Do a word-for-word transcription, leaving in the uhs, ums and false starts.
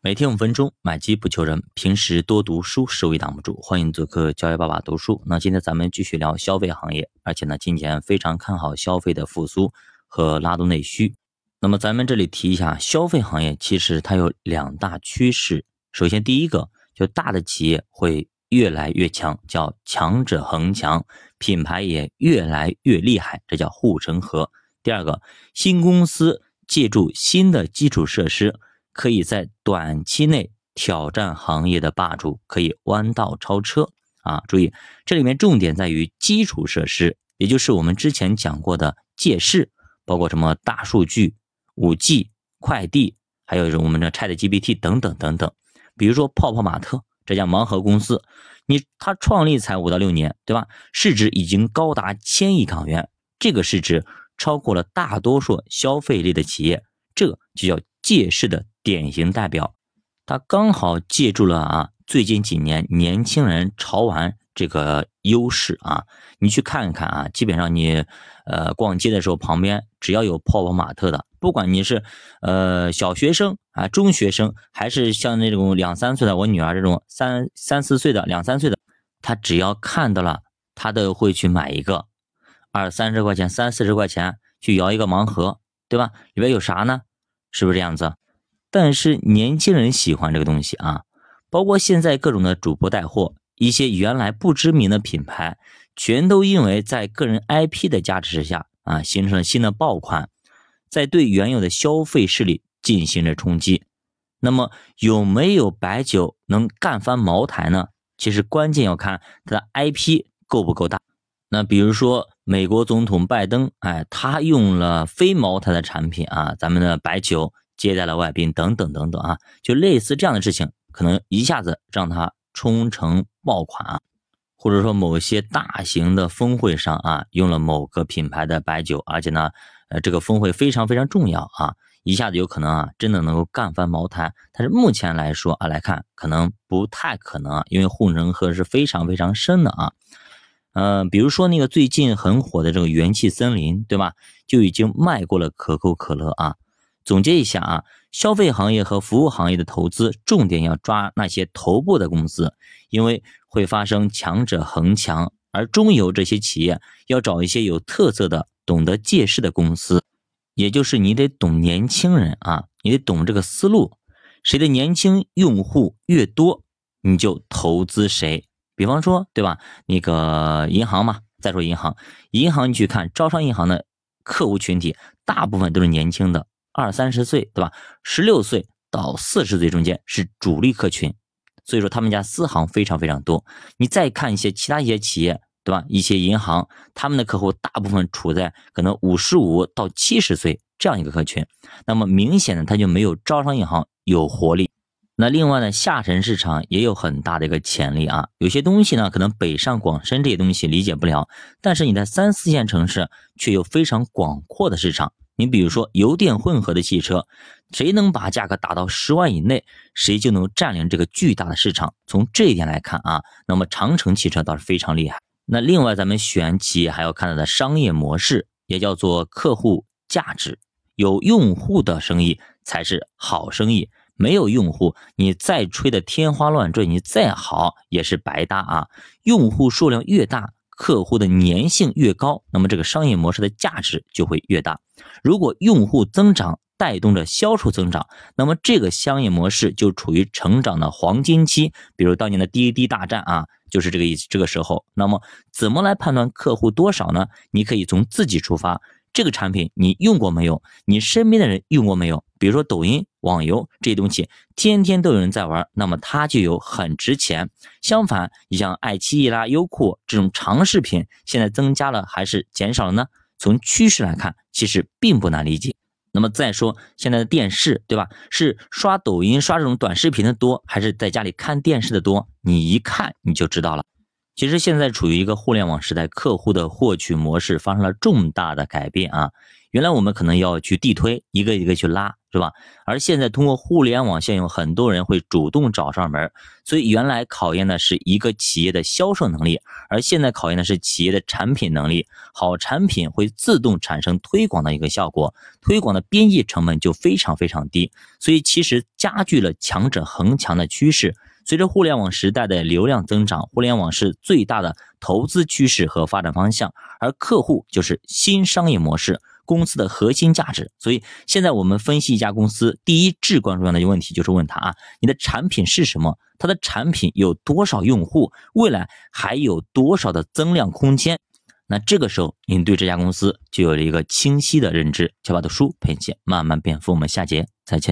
每天五分钟，买机不求人。平时多读书，收益挡不住。欢迎做客教育爸爸读书。那今天咱们继续聊消费行业，而且呢，今年非常看好消费的复苏和拉动内需。那么咱们这里提一下，消费行业其实它有两大趋势。首先，第一个就大的企业会越来越强，叫强者恒强，品牌也越来越厉害，这叫护城河。第二个，新公司借助新的基础设施，可以在短期内挑战行业的霸主，可以弯道超车啊！注意，这里面重点在于基础设施，也就是我们之前讲过的借势，包括什么大数据、五 G、快递，还有我们的 ChatGPT 等等等等。比如说泡泡玛特这家盲盒公司，你它创立才五到六年，对吧？市值已经高达千亿港元，这个市值超过了大多数消费类的企业，这就叫借势的典型代表。它刚好借助了啊最近几年年轻人潮玩这个优势啊，你去看看啊，基本上你呃逛街的时候旁边只要有泡泡玛特的，不管你是呃小学生啊、中学生，还是像那种两三岁的，我女儿这种三三四岁的、两三岁的，她只要看到了，她都会去买一个，二三十块钱、三四十块钱去摇一个盲盒，对吧？里边有啥呢？是不是这样子？但是年轻人喜欢这个东西啊，包括现在各种的主播带货，一些原来不知名的品牌，全都因为在个人 I P 的加持下啊，形成了新的爆款，在对原有的消费势力进行着冲击。那么有没有白酒能干翻茅台呢？其实关键要看它的 I P 够不够大。那比如说美国总统拜登，哎，他用了非茅台的产品啊，咱们的白酒接待了外宾等等等等啊，就类似这样的事情，可能一下子让它冲成爆款啊，或者说某些大型的峰会上啊，用了某个品牌的白酒，而且呢，呃，这个峰会非常非常重要啊，一下子有可能啊，真的能够干翻茅台。但是目前来说啊，来看可能不太可能啊，因为护城河是非常非常深的啊。呃，比如说那个最近很火的这个元气森林，对吧？就已经迈过了可口可乐啊。总结一下啊，消费行业和服务行业的投资重点要抓那些头部的公司，因为会发生强者恒强，而中游这些企业要找一些有特色的、懂得借势的公司，也就是你得懂年轻人啊，你得懂这个思路，谁的年轻用户越多，你就投资谁。比方说，对吧？那个银行嘛，再说银行，银行你去看招商银行的客户群体，大部分都是年轻的。二三十岁，对吧？十六岁到四十岁中间是主力客群，所以说他们家私行非常非常多。你再看一些其他一些企业，对吧？一些银行，他们的客户大部分处在可能五十五到七十岁这样一个客群，那么明显的它就没有招商银行有活力。那另外呢，下沉市场也有很大的一个潜力啊。有些东西呢，可能北上广深这些东西理解不了，但是你在三四线城市却有非常广阔的市场。你比如说油电混合的汽车，谁能把价格打到十万以内，谁就能占领这个巨大的市场。从这一点来看啊，那么长城汽车倒是非常厉害。那另外咱们选企业还要看它的商业模式，也叫做客户价值。有用户的生意才是好生意，没有用户，你再吹的天花乱坠，你再好也是白搭啊。用户数量越大，客户的粘性越高，那么这个商业模式的价值就会越大。如果用户增长带动着销售增长，那么这个商业模式就处于成长的黄金期，比如当年的滴滴大战啊，就是这个意思。这个时候，那么怎么来判断客户多少呢？你可以从自己出发，这个产品你用过没有？你身边的人用过没有？比如说抖音、网游这些东西，天天都有人在玩，那么它就有很值钱。相反，你像爱奇艺啦、优酷这种长视频，现在增加了还是减少了呢？从趋势来看，其实并不难理解。那么再说现在的电视，对吧？是刷抖音、刷这种短视频的多，还是在家里看电视的多？你一看你就知道了。其实现在处于一个互联网时代，客户的获取模式发生了重大的改变啊。 原来我们可能要去地推，一个一个去拉，是吧？而现在通过互联网现有，很多人会主动找上门，所以原来考验的是一个企业的销售能力，而现在考验的是企业的产品能力。好产品会自动产生推广的一个效果，推广的边际成本就非常非常低，所以其实加剧了强者恒强的趋势。随着互联网时代的流量增长，互联网是最大的投资趋势和发展方向，而客户就是新商业模式，公司的核心价值。所以现在我们分析一家公司，第一至关重要的问题就是问他啊，你的产品是什么？它的产品有多少用户？未来还有多少的增量空间？那这个时候您对这家公司就有了一个清晰的认知。小巴读书陪你慢慢变富，我们下节再见。